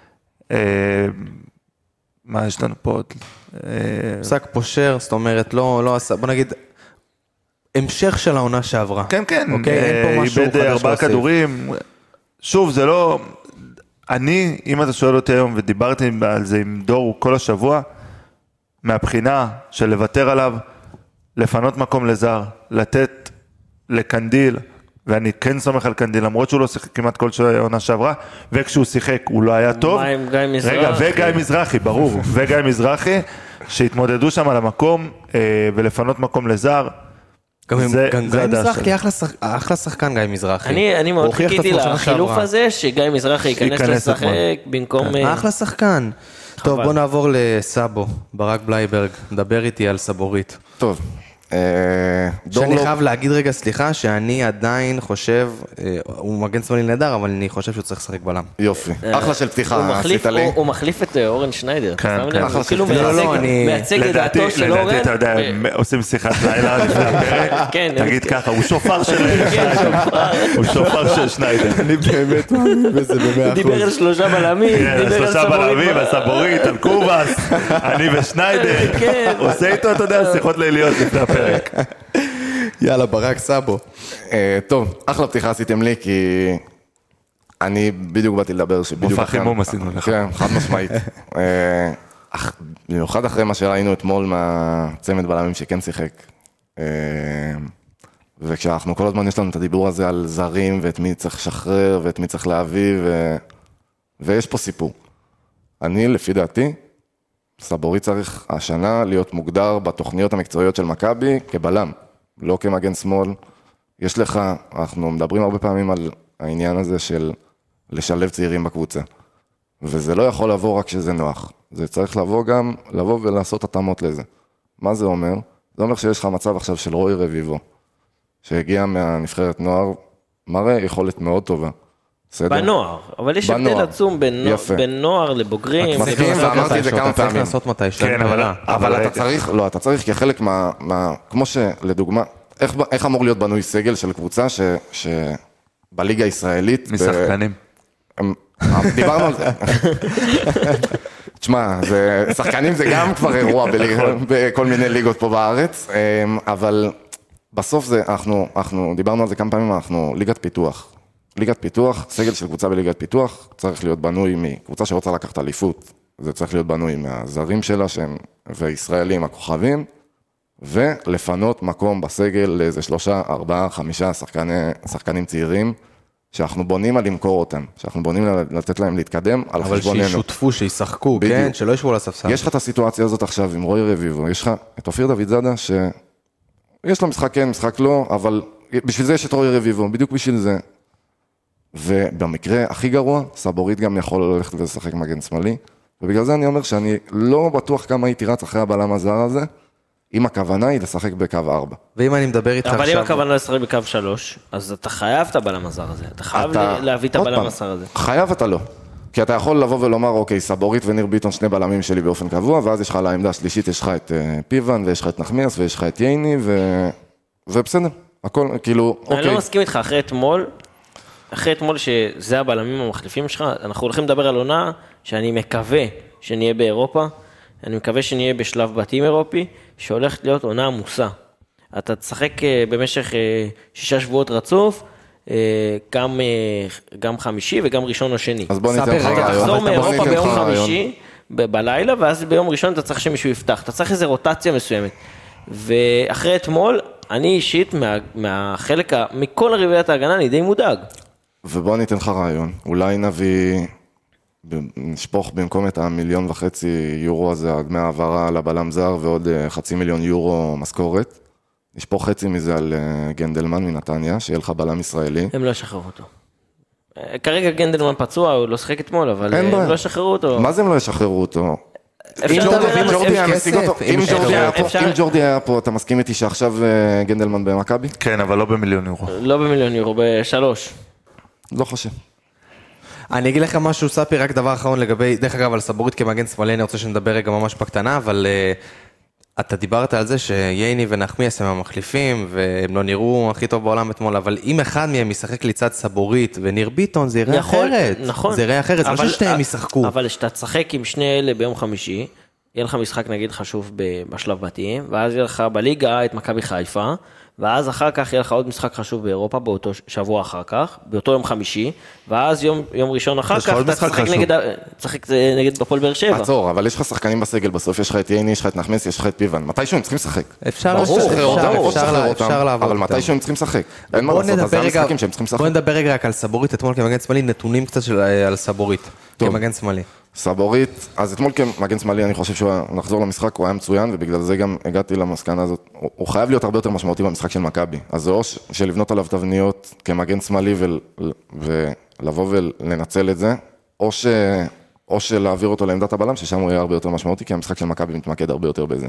מה יש לנו פה עוד? שק פושר, זאת אומרת, לא עשה, בוא נגיד, המשך של העונה שעברה. כן, כן, אוקיי, אין פה משהו איבד חדש 4 להוסיף. כדורים. שוב, זה לא... אם אתה שואל אותי היום, ודיברתי על זה עם דור כל השבוע, מהבחינה של לוותר עליו, לפנות מקום לזר, לתת לקנדיל, ואני כן סומך על קנדיל, למרות שהוא לא שיחק כמעט כל עונה שעברה, וכשהוא שיחק הוא לא היה טוב. מה עם גיא מזרחי? רגע, וגיא מזרחי, ברור, וגיא מזרחי, שהתמודדו שם על המקום, ולפנות מקום לזר. גם זה גיא הדעה מזרחי, שלי. אחלה שחקן גיא מזרחי. אני מאוד הוא הוכיח את חיכיתי עצמו שנה לחילוף שעברה. הזה, שגיא מזרחי ייכנס ייכנס לשחק אתמול. במקום... אחלה שחקן. טוב, בוא נעבור לסאבו, ברק בלייברג, דבר איתי על סבורית. טוב. שאני חייב להגיד רגע, סליחה, שאני עדיין חושב, הוא מגן שמאלי נהדר, אבל אני חושב שהוא צריך לשחק בלם. יופי. אחלה של פתיחה, עשית לי. הוא מחליף את אורן שניידר. כן, אתה שם כן. לב? אחלה הוא כאילו של פתיחה. לא, אני- מייצג את דעתו של אורן. לדעתי, אתה יודע, עושים שיחת לילה לפני הפרק, כן. תגיד ככה, הוא שופר של הוא שופר של שניידר. אני באמת מאמין בזה הוא ב100%. דיבר על 3 בלמים, כן, דיבר על 3 סבורית. בלמים, הסבורית, על קובאס, אני ושניידר, כן. עושה איתו, אתה יודע, שיחות ליליות לפני הפרק. יאללה, ברק סאבו. טוב, אחלה פתיחה עשיתם לי, כי אני בדיוק באתי לדבר שבדיוק... מופע אחרי- חימום עשינו לך. כן, חד משמעית. במיוחד אחרי מה שראינו אתמול מהצמד בלמים שכן שיחק. וכשאנחנו כל הזמן יש לנו את הדיבור הזה על זרים, ואת מי צריך לשחרר, ואת מי צריך להביא, ויש פה סיפור. אני, לפי דעתי, סבורי צריך השנה להיות מוגדר בתוכניות המקצועיות של מכבי כבלם, לא כמגן שמאל. יש לך, אנחנו מדברים הרבה פעמים על העניין הזה של לשלב צעירים בקבוצה. וזה לא יכול לבוא רק שזה נוח. זה צריך לבוא גם, לבוא ולעשות התאמות לזה. מה זה אומר? זה אומר שיש לך מצב עכשיו של רוי רביבו, שהגיע מהנבחרת נוער, מראה יכולת מאוד טובה. בסדר? בנוער, אבל יש הבדל בנוער. עצום יפה. בין נוער לבוגרים. מסכים, ואמרתי את זה כמה אתה צריך פעמים. לעשות מתי כן, אבל אתה צריך, לא, אתה צריך כחלק כמו שלדוגמה, איך אמור להיות בנוי סגל של קבוצה שבליגה הישראלית... משחקנים. דיברנו על זה. תשמע, שחקנים זה גם כבר אירוע בכל מיני ליגות פה בארץ, אבל בסוף זה, אנחנו דיברנו על זה כמה פעמים, אנחנו ליגת פיתוח. ליגת פיתוח, סגל של קבוצה בליגת פיתוח, צריך להיות בנוי מקבוצה שרוצה לקחת אליפות. זה צריך להיות בנוי מהזרים שלה, שהם וישראלים הכוכבים, ולפנות מקום בסגל לאיזה 3, 4, 5 שחקנים צעירים, שאנחנו בונים על למכור אותם, שאנחנו בונים לתת להם להתקדם על אבל חשבוננו. שישותפו, שישחקו, בדיוק. כן? שלא ישבו על הספסל. יש לך את הסיטואציה הזאת עכשיו עם רוי רביבו, יש לך את אופיר דוד זאדה, שיש לו משחק כן, משחק לא, אבל בשביל זה יש את רוי רביבו, בדיוק בשביל זה. ובמקרה הכי גרוע, סבורית גם יכול ללכת ולשחק מגן שמאלי, ובגלל זה אני אומר שאני לא בטוח כמה הייתי רץ אחרי הבלם הזר הזה, אם הכוונה היא לשחק בקו 4. ואם אני מדבר איתך אבל אם עכשיו... הכוונה לשחק בקו 3, אז אתה חייב את הבלם הזר הזה. אתה חייב להביא את עוד הבלם פעם, הזר הזה. חייב אתה לא. כי אתה יכול לבוא ולומר, אוקיי, סבורית וניר ביטון, 2 בלמים שלי באופן קבוע, ואז יש לך על העמדה השלישית, יש לך את פיוון, ויש לך את נחמיאס, ויש לך את ייני, ובסדר. הכל, כאילו, אני אוקיי. לא מסכים איתך, אחרי אתמול שזה הבלמים המחליפים שלך, אנחנו הולכים לדבר על עונה שאני מקווה שנהיה באירופה, אני מקווה שנהיה בשלב בתים אירופי, שהולכת להיות עונה עמוסה. אתה תשחק במשך 6 שבועות רצוף, גם חמישי וגם ראשון או שני. אז בוא ניתן לך רגע, רעיון. תחזור בוא מאירופה ניתן לך ביום רעיון. חמישי בלילה, ואז ביום ראשון אתה צריך שמישהו יפתח. אתה צריך איזו רוטציה מסוימת. ואחרי אתמול, אני אישית, מכל רביעיית ההגנה, אני די מודאג. ובוא ניתן לך רעיון. אולי נביא נשפוך במקום את 1.5 מיליון יורו הזה, דמי העברה לבלם זר ועוד 500,000 יורו משכורת. נשפוך חצי מזה על גנדלמן מנתניה, שיהיה לך בלם ישראלי. הם לא ישחררו אותו. כרגע גנדלמן פצוע, הוא לא שחק אתמול, אבל הם לא ישחררו אותו. מה זה הם לא ישחררו אותו? אם ג'ורדי היה פה, אתה מסכים איתי שעכשיו גנדלמן במכבי? כן, אבל לא ב1,000,000 יורו. לא ב1,000,000 יורו, ב3. לא חושב. אני אגיד לך משהו, ספי, רק דבר אחרון לגבי, דרך אגב, על סבורית כמגן שמאלי, אני רוצה שנדבר רגע ממש בקטנה, אבל אתה דיברת על זה שייני ונחמיאס הם המחליפים, והם לא נראו הכי טוב בעולם אתמול, אבל אם אחד מהם ישחק לצד סבורית וניר ביטון, זה יראה אחרת. נכון. זה יראה אחרת, זה לא ששתיהם ישחקו. אבל כשאתה תשחק עם שני אלה ביום חמישי, יהיה לך משחק נגיד חשוב בשלב בתים, ואז יהיה לך בליגה את מכבי חיפה, ואז אחר כך יהיה לך עוד משחק חשוב באירופה, באותו שבוע אחר כך, באותו יום חמישי, ואז יום ראשון אחר כך, אתה תשחק נגד הפועל באר שבע. עצור, אבל יש לך שחקנים בסגל בסוף, יש לך את ייני, יש לך את נחמיאס, יש לך את פיוון, מתישהו הם צריכים לשחק. אפשר אבל מתישהו הם צריכים לשחק. אין מה לעשות, אז זה המשחקים שהם צריכים לשחק. בוא נדבר רגע רק על סבורית, אתמול כמגן שמאלי, נתונים קצת על סבורית, כמגן שמאלי. סבורית, אז אתמול כמגן שמאלי אני חושב שהוא נחזור למשחק, הוא היה מצוין, ובגלל זה גם הגעתי למסקנה הזאת, הוא חייב להיות הרבה יותר משמעותי במשחק של מכבי, אז זה או שלבנות עליו תבניות כמגן שמאלי ולבוא ולנצל את זה, או שלהעביר אותו לעמדת הבלם, ששם הוא יהיה הרבה יותר משמעותי, כי המשחק של מכבי מתמקד הרבה יותר בזה.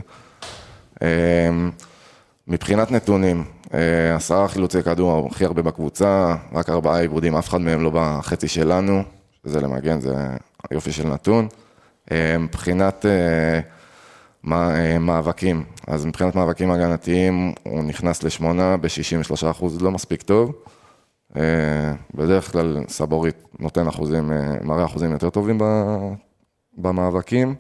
מבחינת נתונים, 10 חילוצי כדור הכי הרבה בקבוצה, רק 4 עיבודים, אף אחד מהם לא בחצי שלנו, שזה למגן, זה היופי של נתון. מבחינת מאבקים, אז מבחינת מאבקים הגנתיים, הוא נכנס ל8 ב-63%, לא מספיק טוב. בדרך כלל סבורית נותן אחוזים, מראה אחוזים יותר טובים במאבקים.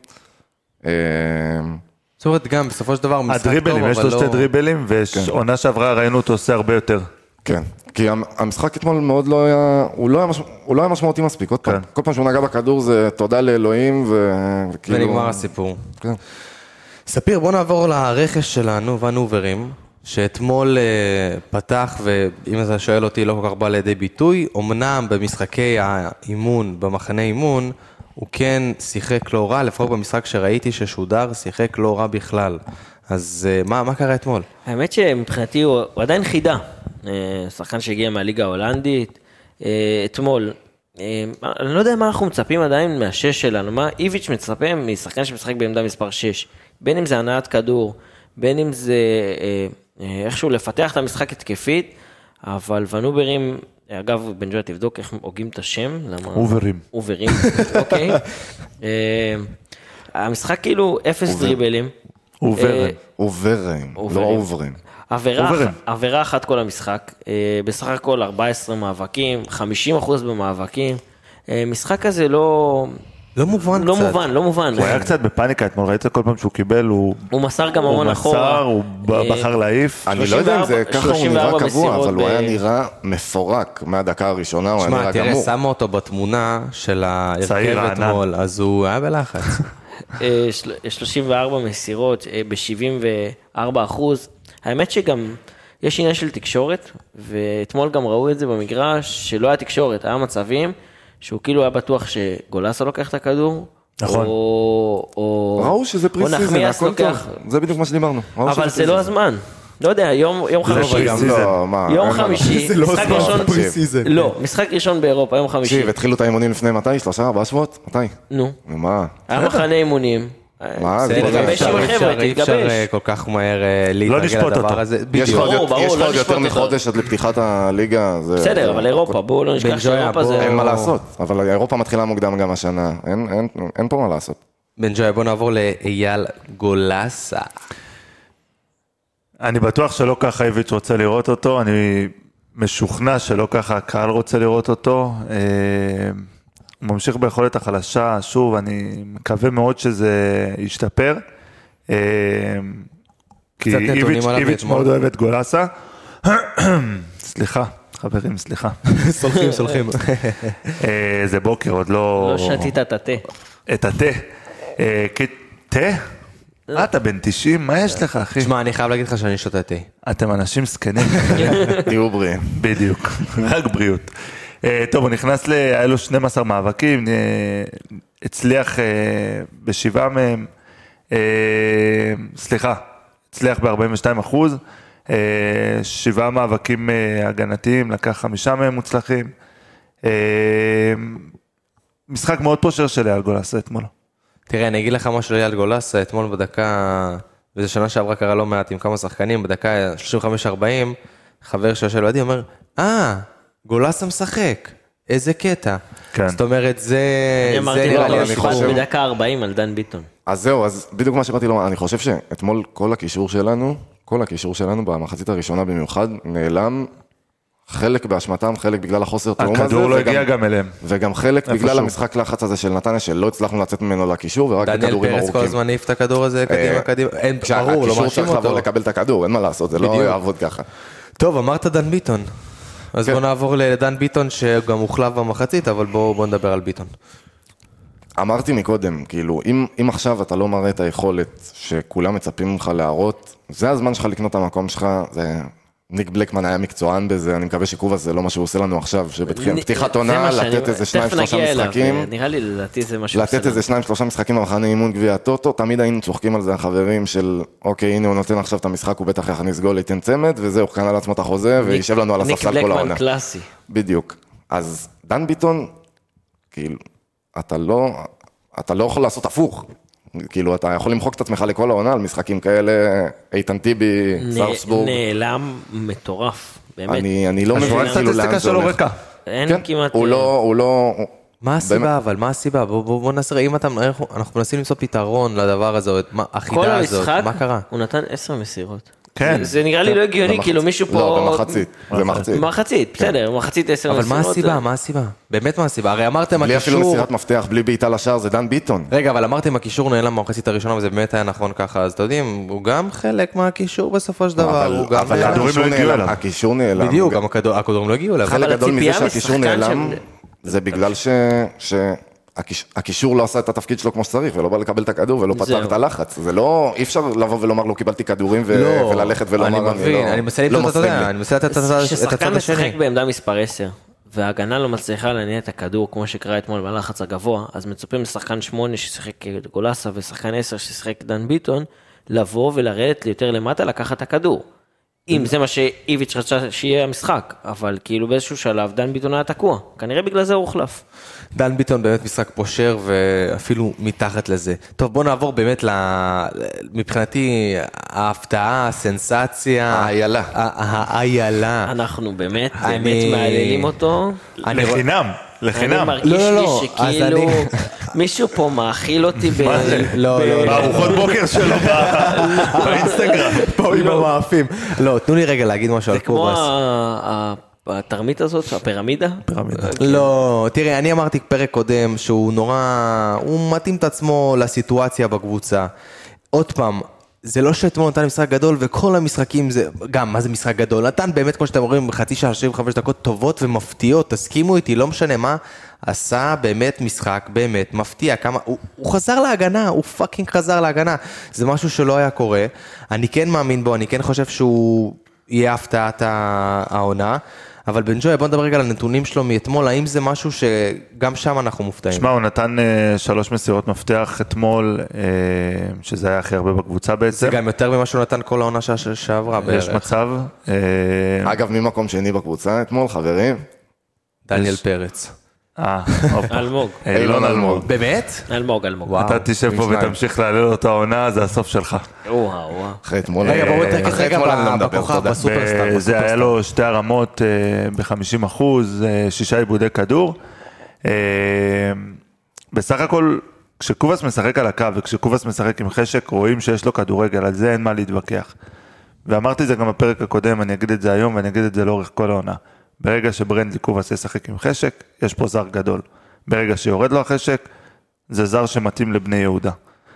זאת אומרת, גם בסופו של דבר הוא משחק טוב, הדריבלים, יש לו 2 דריבלים, ועונה שעברה ראינו אותו עושה הרבה יותר. כן, כי המשחק אתמול מאוד לא היה, הוא לא היה משמעותי מספיק, עוד פעם, כל פעם שהוא נגע בכדור זה תודה לאלוהים וכאילו... ונגמר הסיפור. ספיר, בוא נעבור לרכש שלנו, ונוברים, שאתמול פתח, ואם אתה שואל אותי, לא כל כך בא לידי ביטוי, אמנם במשחקי האימון, במחנה אימון, הוא כן שיחק לא רע, לפחות במשחק שראיתי ששודר, שיחק לא רע בכלל. אז מה קרה אתמול? האמת שמבחינתי הוא עדיין חידה. שחקן שהגיע מהליגה ההולנדית. אתמול, אני לא יודע מה אנחנו מצפים עדיין מהשש שלנו, מה איביץ' מצפה משחקן שמשחק בעמדה מספר 6. בין אם זה הנעת כדור, בין אם זה איכשהו לפתח את המשחק התקפית, אבל ונוברים, אגב, בן ג'וי, תבדוק איך הוגים את השם. אוברים. אוברים, אוקיי. המשחק כאילו 0 דריבלים. אוברים, לא אוברים. עבירה אחת כל המשחק, בסך הכל 14 מאבקים, 50% במאבקים. משחק הזה לא מובן קצת. לא מובן. הוא היה קצת בפאניקה אתמול, ראית כל פעם שהוא קיבל, הוא מסר גם המון אחורה. הוא בחר להעיף. אני לא יודע אם זה ככה הוא נראה קבוע, אבל הוא היה נראה מפורק מהדקה הראשונה, הוא היה נראה גמור. תראה, שמו אותו בתמונה של ההרכב אתמול, אז הוא היה בלחץ. 34 מסירות, ב-74%. האמת שגם יש עניין של תקשורת, ואתמול גם ראו את זה במגרש, שלא היה תקשורת, היה מצבים שהוא כאילו היה בטוח שגולסה לוקח את הכדור, נכון. ראו שזה פריסיזן, הכל טוב, זה בדיוק מה שדיברנו. אבל זה לא הזמן. לא יודע, יום חמישי. יום חמישי, משחק ראשון. לא, משחק ראשון באירופה, יום חמישי. תקשיב, התחילו את האימונים לפני מתי? 3-4 שבועות? מתי? נו. מה? היה מחנה אימונים. מה? אי אפשר כל כך מהר להתרגל לדבר הזה. יש לך עוד יותר מחודש עד לפתיחת הליגה. בסדר, אבל אירופה, בואו לא נשכח שאירופה זה... אין מה לעשות, אבל אירופה מתחילה מוקדם גם השנה, אין פה מה לעשות. בן ג'וי, בוא נעבור לאייל גולסה. אני בטוח שלא ככה איביץ' רוצה לראות אותו, אני משוכנע שלא ככה הקהל רוצה לראות אותו. הוא ממשיך ביכולת החלשה, שוב, אני מקווה מאוד שזה ישתפר. כי איביץ' מאוד אוהב את גולסה. סליחה, חברים, סליחה. סולחים. זה בוקר, עוד לא... לא שתית את התה. את התה. תה? אתה בן 90, מה יש לך, אחי? תשמע, אני חייב להגיד לך שאני שותה תה. אתם אנשים סקנים. תהיו בריאים. בדיוק, רק בריאות. טוב, הוא נכנס היה לו 12 מאבקים, הצליח בשבעה מהם, הצליח ב-42%, 7 מאבקים הגנתיים, לקח 5 מהם מוצלחים. משחק מאוד פושר של אייל גולס אתמול. תראה, אני אגיד לך משהו לאייל גולס, אתמול בדקה, וזו שנה שעברה קרה לא מעט עם כמה שחקנים, בדקה 35-40, חבר שיושב לידי אומר, גולס משחק, איזה קטע. כן. זאת אומרת, זה אני אמרתי נראה לי לו, המשחק. משפט בדקה 40 על דן ביטון. אז זהו, אז בדיוק מה שבאתי לומר, אני חושב שאתמול כל הקישור שלנו במחצית הראשונה במיוחד, נעלם חלק באשמתם, חלק בגלל החוסר תאום הזה. הכדור לא הגיע גם אליהם. וגם חלק בגלל המשחק לחץ הזה של נתניה, שלא הצלחנו לצאת ממנו לקישור, ורק דניאל בכדורים פרץ ארוכים. כל הזמן העיף את הכדור הזה קדימה. אין, ברור, לא הקישור מאשים צריך לבוא אותו. לקבל את הכדור, אין מה לעשות, זה לא יעבוד ככה. טוב, אמרת דן ביטון. אז כן. בוא נעבור לדן ביטון, שגם הוחלף במחצית, אבל בוא נדבר על ביטון. אמרתי מקודם, כאילו, אם עכשיו אתה לא מראה את היכולת שכולם מצפים ממך להראות, זה הזמן שלך לקנות את המקום שלך, זה... ניק בלקמן היה מקצוען בזה, אני מקווה שקובה זה לא מה שהוא עושה לנו עכשיו, שבפתיחת עונה, לתת איזה 2-3 משחקים, נראה לי, לדעתי זה מה שהוא עושה. לתת איזה 2-3 משחקים במחנה אימון גביע הטוטו, תמיד היינו צוחקים על זה החברים של, אוקיי, הנה הוא נותן עכשיו את המשחק, הוא בטח יכניס גול, ייתן צמד, וזהו, הוא קנה לעצמו את החוזה, וישב לנו על הספסל כל העונה. ניק בלקמן קלאסי. בדיוק. אז דן ביטון, כאילו, אתה לא יכול לעשות הפוך. כאילו, אתה יכול למחוק את עצמך לכל העונה על משחקים כאלה, איתן טיבי, זרסבורג. נעלם מטורף, באמת. אני לא מבין כאילו לאן זה הסטטיסטיקה שלו הולך. ריקה. אין כמעט... הוא לא... מה הסיבה אבל? מה הסיבה? בוא נעשה, אם אנחנו מנסים למצוא פתרון לדבר הזה, כל החידה הזאת, המשחק, מה קרה? הוא נתן 10 מסירות. כן. זה נראה לי לא הגיוני, כאילו מישהו פה... לא, במחצית. זה מחצית. מחצית, בסדר, מחצית 10 אבל מסירות. מה הסיבה? מה הסיבה? באמת מה הסיבה? הרי אמרתם בלי אפילו הקישור... מסירת מפתח, בלי בעיטה לשער, זה דן ביטון. רגע, אבל אמרתם הקישור נעלם במחצית הראשונה, וזה באמת היה נכון ככה, אז אתם יודעים, הוא גם חלק מהקישור בסופו של דבר, הוא גם... אבל הכדורים לא הגיעו אליו. הקישור נעלם. בדיוק, גם הכדורים לא הגיעו אליו. חלק גדול מזה הציפייה שהקישור משחקן נעלם, של- זה בגלל שהקישור לא עשה את התפקיד שלו כמו שצריך, ולא בא לקבל את הכדור ולא פתר זהו. את הלחץ. זה לא, אי אפשר לבוא ולומר לו, קיבלתי כדורים לא, וללכת ולומר, אני מבין, אני מנסה למצוא, אתה יודע, אני מנסה לתת את הצד כששחקן השני. משחק בעמדה מספר 10, וההגנה לא מצליחה להניע את הכדור, כמו שקרה אתמול בלחץ הגבוה, אז מצופים לשחקן 8 ששיחק גולסה, ושחקן 10 ששיחק דן ביטון, לבוא ולרדת יותר למטה, לקחת את הכדור. אם זה מה שאיביץ' רצה שיהיה המשחק, אבל כאילו באיזשהו שלב דן ביטון היה תקוע, כנראה בגלל זה הוא הוחלף. דן ביטון באמת משחק פושר, ואפילו מתחת לזה. טוב, בוא נעבור באמת מבחינתי, ההפתעה, הסנסציה. האיילה. האיילה. אנחנו באמת אני- מעללים אותו. לחינם, אני לחינם. מרגיש לא, לי לא, שכאילו אז אני- מישהו פה מאכיל אותי לא. בארוחות בוקר שלו באינסטגרם. פה עם המאפים. לא, תנו לי רגע להגיד משהו על זה כמו קובס. התרמית הזאת, הפירמידה. לא, תראה, אני אמרתי פרק קודם שהוא נורא, הוא מתאים את עצמו לסיטואציה בקבוצה. עוד פעם, זה לא שאתמול נתן משחק גדול, וכל המשחקים זה, גם, מה זה משחק גדול? נתן באמת, כמו שאתם אומרים, חצי שעה, 75 דקות טובות ומפתיעות, תסכימו איתי, לא משנה מה, עשה באמת משחק, באמת, מפתיע, כמה, הוא חזר להגנה, הוא פאקינג חזר להגנה, זה משהו שלא היה קורה, אני כן מאמין בו, אני כן חושב שהוא יהיה הפתעת העונה, אבל בן ג'וי, בוא נדבר רגע על הנתונים שלו מאתמול, האם זה משהו שגם שם אנחנו מופתעים? שמע, הוא נתן 3 מסירות מפתח אתמול, שזה היה הכי הרבה בקבוצה בעצם. זה גם יותר ממה שהוא נתן כל העונה שעברה בערך. יש מצב. אגב, ממקום שני בקבוצה אתמול, חברים, דניאל פרץ. אלמוג. אילון אלמוג. באמת? אלמוג. וואו. אתה תשב פה שניים. ותמשיך להעלל אותו העונה, זה הסוף שלך. וואו. אחרי אתמול, רגע, בואו נתרכז אחרי רגע אתמול אני לא מדבר, בכוכב, תודה. בסופרסטאר. זה היה לו 2 הרמות ב-50%, 6 עיבודי כדור. בסך הכל, כשקובס משחק על הקו וכשקובס משחק עם חשק, רואים שיש לו כדורגל, על זה אין מה להתווכח. ואמרתי את זה גם בפרק הקודם, אני אגיד את זה היום ואני אגיד את זה לאורך כל העונה. ברגע שברנדלי קובס ישחק עם חשק, יש פה זר גדול. ברגע שיורד לו החשק, זה זר שמתאים לבני יהודה.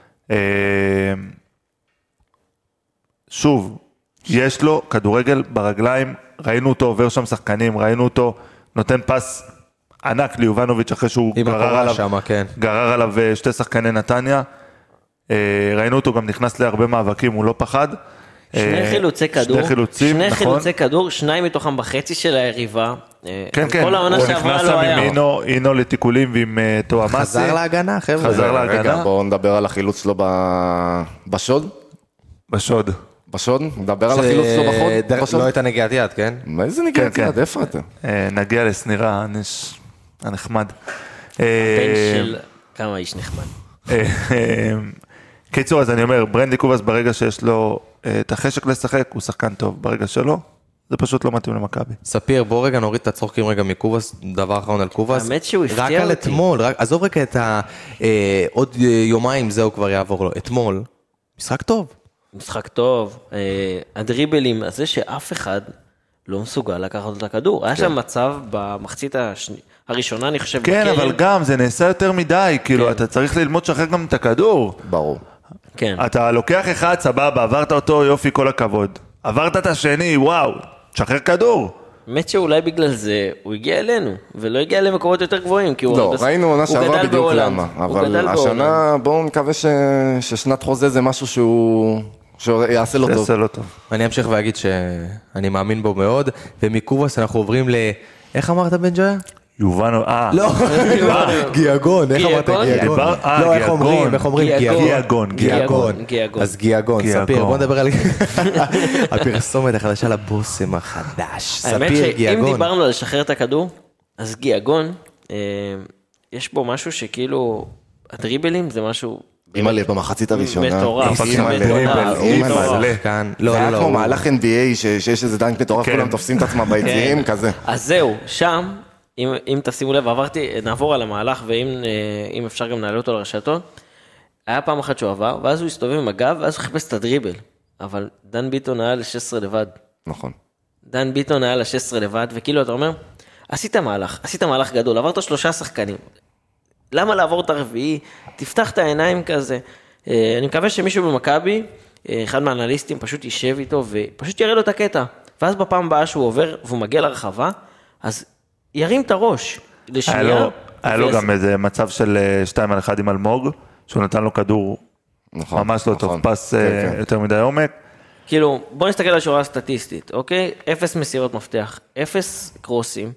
שוב, יש לו כדורגל ברגליים, ראינו אותו עובר שם שחקנים, ראינו אותו נותן פס ענק ליובנוביץ' אחרי שהוא עם הקורה שם, כן. גרר עליו 2 שחקני נתניה. ראינו אותו גם נכנס להרבה מאבקים, הוא לא פחד. שני חילוצי כדור, שני חילוצים, שני נכון. חילוצי כדור, 2 מתוכם בחצי של היריבה. כן, כן, כל העונה הוא שעברה נכנס לא שם היה. עם אינו לתיקולים ועם תואמאסי. חזר להגנה, חבר'ה. חזר רגע, להגנה. בואו נדבר על החילוץ שלו בשוד. בשוד. בשוד? נדבר על החילוץ שלו בשוד? לא הייתה נגיעת יד, כן? מה איזה נגיעת כן, יד? כן. איפה אתה? נגיע לסנירה הנחמד. בן של כמה איש נחמד. קיצור, אז אני אומר, ברנדלי קובאס ברגע שיש לו את החשק לשחק, הוא שחקן טוב. ברגע שלא, זה פשוט לא מתאים למכבי. ספיר, בוא רגע נוריד את הצחוקים רגע מקובס, דבר אחרון על קובס. האמת שהוא הפתיע רק על אותי. אתמול, עזוב רגע את עוד יומיים זהו כבר יעבור לו. אתמול, משחק טוב. משחק טוב, הדריבלים, זה שאף אחד לא מסוגל לקחת את הכדור. היה שם מצב במחצית הראשונה, אני חושב, כן, בקרן. אבל גם זה נעשה יותר מדי, כאילו, אתה צריך ללמוד לשחרר גם את הכדור. ברור. כן. אתה לוקח אחד, סבבה, עברת אותו, יופי, כל הכבוד. עברת את השני, וואו, תשחרר כדור. האמת שאולי בגלל זה הוא הגיע אלינו, ולא הגיע למקומות יותר גבוהים, כי הוא לא, ראינו עונה הוא שעברה גדל בדיוק בהולנד. למה. הוא אבל גדל בהולנד. השנה בואו נקווה ששנת חוזה זה משהו שיעשה לו טוב. תעשה לו טוב. אני אמשיך ואגיד שאני מאמין בו מאוד, ומקובס אנחנו עוברים איך אמרת בן ג'ויה? יובנו, לא, גיאגון, איך אמרת גיאגון? גיאגון? דיבר- לא, איך גיאגון. אומרים, איך אומרים? גיאגון. גיאגון. גיאגון. אז גיאגון, גיאגון. ספיר, בוא נדבר על הפרסומת החדשה לבושם החדש. האמת ספיר, שאם גיאגון. דיברנו על לשחרר את הכדור, אז גיאגון, יש בו משהו שכאילו, הדריבלים זה משהו אימא'לה, במחצית הראשונה. מטורף, אימא'לה, מטורף, אימא'לה. מטורף. כאן, זה לא, היה לא, כמו לא. מהלך NBA שיש איזה דנק מטורף, כן. כולם תופסים את עצמם ביציעים, כזה. אז זהו, שם, אם תשימו לב, נעבור על המהלך, ואם אפשר גם נעלה אותו לרשתות, היה פעם אחת שהוא עבר, ואז הוא הסתובב עם הגב, ואז הוא חיפש את הדריבל, אבל דן ביטון היה ל-16 לבד. נכון. דן ביטון היה ל-16 לבד, וכאילו אתה אומר, עשית מהלך גדול, עברת 3 שחקנים, למה לעבור את הרביעי? תפתח את העיניים כזה. אני מקווה שמישהו במכבי, אחד מהאנליסטים פשוט יישב איתו, ופשוט יראה לו את הקטע, ואז בפעם הבאה שהוא עובר, והוא מגיע לרחבה, אז ירים את הראש, לשנייה. היה לו גם איזה מצב של 2 על 1 עם אלמוג, שהוא נתן לו כדור נכון. ממש לא טוב, נכון. פס כן, כן. יותר מדי עומק. כאילו, בוא נסתכל על שורה סטטיסטית, אוקיי? 0 מסירות מפתח, 0 קרוסים,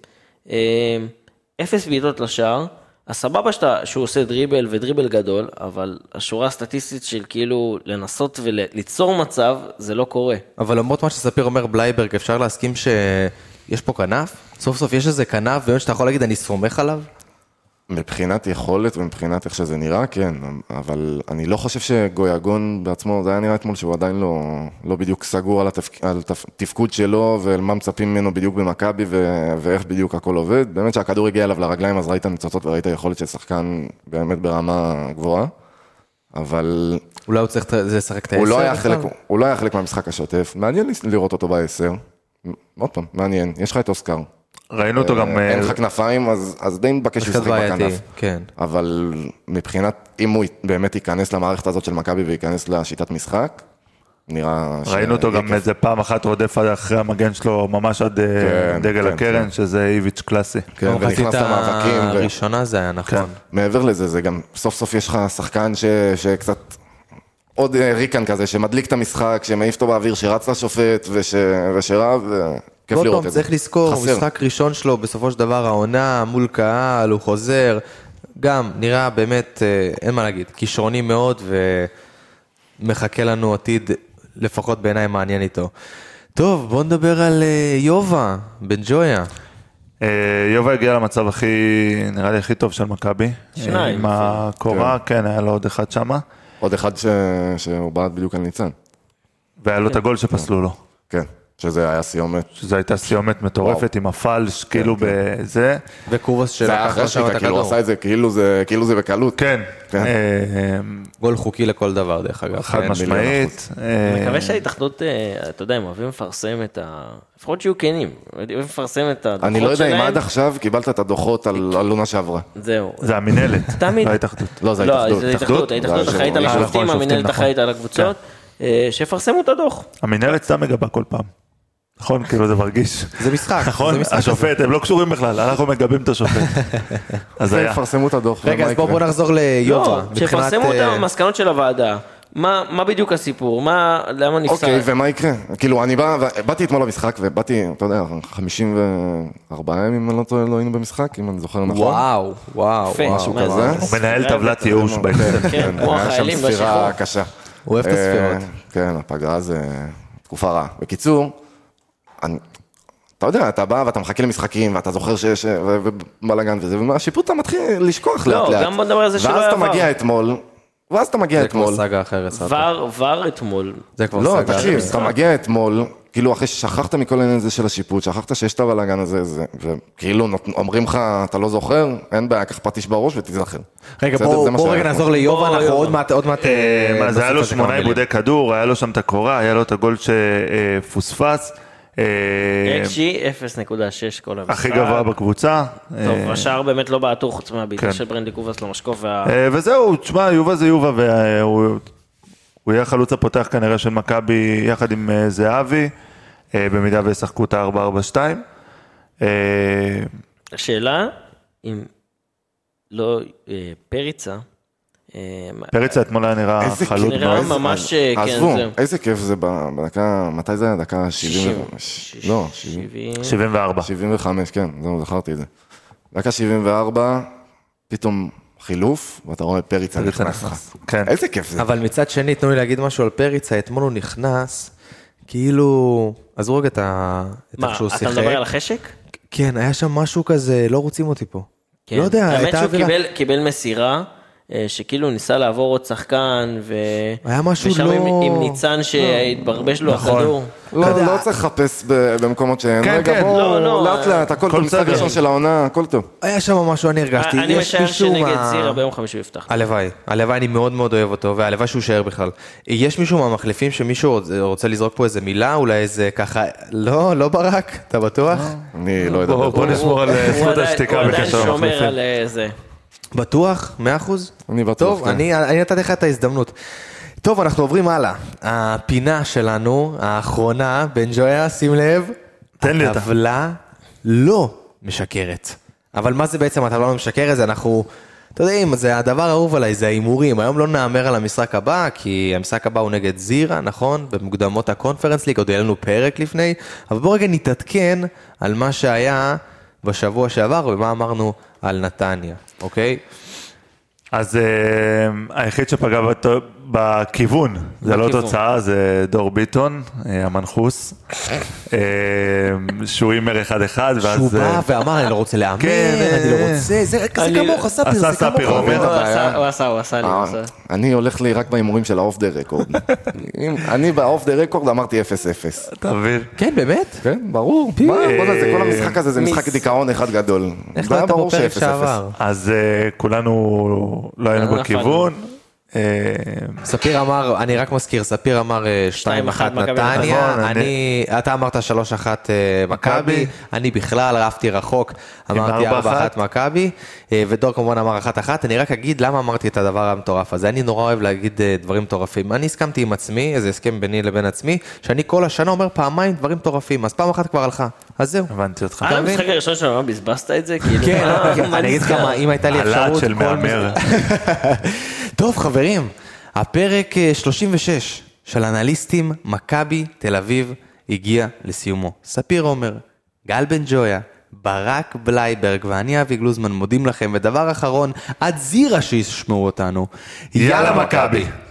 0 בעיטות לשער, אז סבבה שהוא עושה דריבל ודריבל גדול, אבל השורה הסטטיסטית של כאילו לנסות וליצור מצב, זה לא קורה. אבל למרות מה שספיר אומר בלייברג, אפשר להסכים שיש פה כנף? סוף סוף יש איזה כנף, באמת שאתה יכול להגיד, אני סומך עליו? מבחינת יכולת ומבחינת איך שזה נראה, כן, אבל אני לא חושב שגויגון בעצמו, זה היה נראה אתמול שהוא עדיין לא בדיוק סגור על התפקוד שלו, ועל מה מצפים ממנו בדיוק במכבי, ואיך בדיוק הכל עובד. באמת שהכדור הגיע אליו לרגליים, אז ראית ניצוצות וראית יכולת של שחקן באמת ברמה גבוהה, אבל אולי הוא צריך לשחק את ה-10? הוא לא היה חלק מהמשחק השוטף. מעניין לראות אותו ב-10. עוד פעם, מעניין. יש לך את אוסקר. ראינו אותו גם... אין לך כנפיים, אז די מתבקש שהוא ישחק בכנף. כן. אבל מבחינת, אם הוא באמת ייכנס למערכת הזאת של מכבי וייכנס לשיטת משחק, נראה ראינו אותו גם איזה פעם אחת רודף אחרי המגן שלו, ממש עד דגל הקרן, שזה איביץ' קלאסי. כן, ונכנס למאבקים. הראשונה זה היה נכון. מעבר לזה, זה גם סוף סוף יש לך שחקן שקצת עוד ריקן כזה, שמדליק את המשחק, שמעיף אותו באוויר, שרץ לשופט ושרב, כיף לראות את זה. צריך לזכור, משחק ראשון שלו, בסופו של דבר העונה, מול קהל, הוא חוזר, גם נראה באמת, אין מה להגיד, כישרוני מאוד, ומחכה לנו עתיד, לפחות בעיניי מעניין איתו. טוב, בוא נדבר על יובה, בן ג'ויה. יובה הגיע למצב נראה לי הכי טוב של מכבי. 2. עם הקורה, כן, היה לו עוד אחד שמה. עוד אחד שהוא בעד בדיוק על ניצן. והיה לו את הגול שפסלו לו. כן, שזה היה סיומת. שזו הייתה סיומת מטורפת עם הפלש, כאילו בזה. וקובס זה היה אחרי שהוא כאילו עשה את זה, כאילו זה בקלות. כן. גול חוקי לכל דבר, דרך אגב. חד משמעית. אני מקווה שההתאחדות, אתה יודע, הם אוהבים לפרסם את לפחות שיהיו כנים, אוהבים לפרסם את הדוחות שלהם. אני לא יודע אם עד עכשיו קיבלת את הדוחות על עונה שעברה. זהו. זה המנהלת, תמיד. לא ההתאחדות. לא, זה לא, ההתאחדות. זה ההתאחדות, ההתאחדות אחראית על השופטים, המנהלת אחראית על הקבוצות, שיפרסמו את הדוח. המנהלת סתם מגבה כל פעם. נכון, כאילו זה מרגיש. זה משחק. נכון, השופט, הם לא קשורים בכלל, אנחנו מגבים את השופט. אז היה. יפרסמו את הדוח. רגע, אז בואו נחזור ליובה. לא, שיפרסמו את המסקנות של הוועדה. עם בדיוק הסיפור? למה נפסל? אוקיי, ומה יקרה? כאילו, באתי אתמול למשחק, ובאתי, אתה יודע, 54 ימים, אני לא טועה, לא היינו במשחק, אם אני זוכר נכון. וואו, וואו, יפה, משהו מה כזה. הוא מנהל טבלת ייאוש בהקשר. כן, כמו היה שם החיילים ספירה בשחרור. קשה. הוא אוהב את הספירות. כן, הפגרה זה תקופה רעה. בקיצור, אתה יודע, אתה בא ואתה מחכה למשחקים, ואתה זוכר שיש בלגן וזה, ומהשיפוט אתה מתחיל לשכוח לאט לאט. גם בוא נדבר על זה שלא ואז היה אתה עבר. מגיע אתמול, זה כבר סגה אחרת. סבא. ור אתמול. זה כבר לא, סגה תקשיב, אחרת. אתה מגיע אתמול, כאילו אחרי ששכחת מכל העניין הזה של השיפוט, שכחת שיש את הבלגן הזה, וכאילו אומרים לך, אתה לא זוכר, אין בעיה, קח פטיש בראש ותיזכר. רגע, בסדר, זה מה בוא שהיה רגע אתמול. נעזור ליובה, אנחנו יובה. עוד מעט... מה, זה היה לו נוסיף על 8 כמה עיבודי כדור, היה לו שם את הקורה, היה לו את הגול שפוספס. XG 0.6 כל המשחק. הכי גבוה בקבוצה. טוב, השאר באמת לא בעטו חוץ מהביטה כן. של ברנדי קובאס למשקוף. וזהו, תשמע, יובה זה יובה, והוא יהיה חלוץ הפותח כנראה של מכבי יחד עם זהבי, במידה וישחקו את ה-4-4-2. השאלה, אם לא פריצה, פריצה אתמול היה נראה איזה חלוץ נראה מאוד. ממש, כן, עזבו, זהו. איזה כיף זה בדקה, מתי זה היה? דקה 70? לא, 74. 75, כן, זהו, זכרתי את זה. דקה 74, פתאום חילוף, ואתה רואה פריצה נכנס לך. כן. איזה כיף זה. אבל מצד שני, תנו לי להגיד משהו על פריצה, אתמול הוא נכנס, כאילו... עזבו רגע את מה, איך שהוא אתה שיחק. מדבר על החשק? כן, היה שם משהו כזה, לא רוצים אותי פה. לא יודע, האמת הייתה שהוא אווירה. קיבל מסירה, שכאילו ניסה לעבור עוד שחקן, היה משהו ושם לא- עם ניצן שהתברבש לו הכדור. לא, יודע. לא צריך לחפש במקומות שאין. כן, רגע, כן, בוא, לא, לאט לאט, הכל הכל במשחק בסדר. ראשון של העונה, הכל טוב. היה שם משהו, אני הרגשתי. אני יש משער מישהו שנגד מה- זירה ביום חמישי יפתח. הלוואי, אני מאוד מאוד אוהב אותו, והלוואי שהוא יישאר בכלל. יש מישהו מהמחליפים שמישהו רוצה לזרוק פה איזה מילה, אולי איזה ככה, לא ברק, אתה בטוח? אני לא יודע. בוא נשמור על זכות השתיקה הוא עדיין בקשר שומר למחליפים. על זה. בטוח? 100%? אני בטוח, טוב, כן. אני נתתי לך את ההזדמנות. טוב, אנחנו עוברים הלאה. הפינה שלנו, האחרונה, בן ג'ויה, שים לב. תן לי אותה. הטבלה לא משקרת. אבל מה זה בעצם הטבלה לא משקרת? זה אנחנו, אתה יודעים, זה הדבר האהוב עליי, זה ההימורים. היום לא נאמר על המשחק הבא, כי המשחק הבא הוא נגד זירה, נכון? במוקדמות הקונפרנס ליג, עוד יהיה לנו פרק לפני. אבל בוא רגע נתעדכן על מה שהיה בשבוע שעבר, ומה אמרנו על נתניה, אוקיי? אז היחיד שפגע בכיוון, זה לא בכיוון. תוצאה, זה דור ביטון, המנחוס, שהוא הימר 1-1, ואז... שהוא בא ואמר, אני לא רוצה להאמר, כן, אני לא רוצה, זה כזה כמוך, ספיר, עשה זה כמוך. ספיר, אומר. הוא עשה לי. אני הולך לי רק בהימורים של האוף דה רקורד. אני באוף דה רקורד אמרתי 0-0. אתה מבין? כן, באמת? כן, ברור. מה, בוא'נה, זה כל המשחק הזה זה משחק דיכאון אחד גדול. איך זה היה לא היית ברור בפרק ש-0-0. שעבר? אז כולנו לא היינו נפלנו. בכיוון. ספיר אמר, אני רק מזכיר, ספיר אמר 2-1 מכבי נתניה, נכון, אתה אמרת 3-1 מכבי, אני בכלל רפתי רחוק, אמרתי 4-1 מכבי, ודור כמובן אמר 1-1, אני רק אגיד למה אמרתי את הדבר המטורף הזה, אני נורא אוהב להגיד דברים מטורפים, אני הסכמתי עם עצמי, איזה הסכם ביני לבין עצמי, שאני כל השנה אומר פעמיים דברים מטורפים, אז פעם אחת כבר הלכה, אז זהו. הבנתי אותך. על המשחק הראשון שלנו, מה, בזבזת את זה? כאילו, כן, מה אני אגיד לך נסגר? מה, אם הייתה לי הלהט אפשרות... של כל מאמר. טוב חברים, הפרק 36 של אנליסטים מכבי תל אביב הגיע לסיומו. ספיר עומר, גל בן ג'ויה, ברק בלייברג ואני אבי גלוזמן מודים לכם, ודבר אחרון, עד זירה שישמעו אותנו. יאללה מכבי.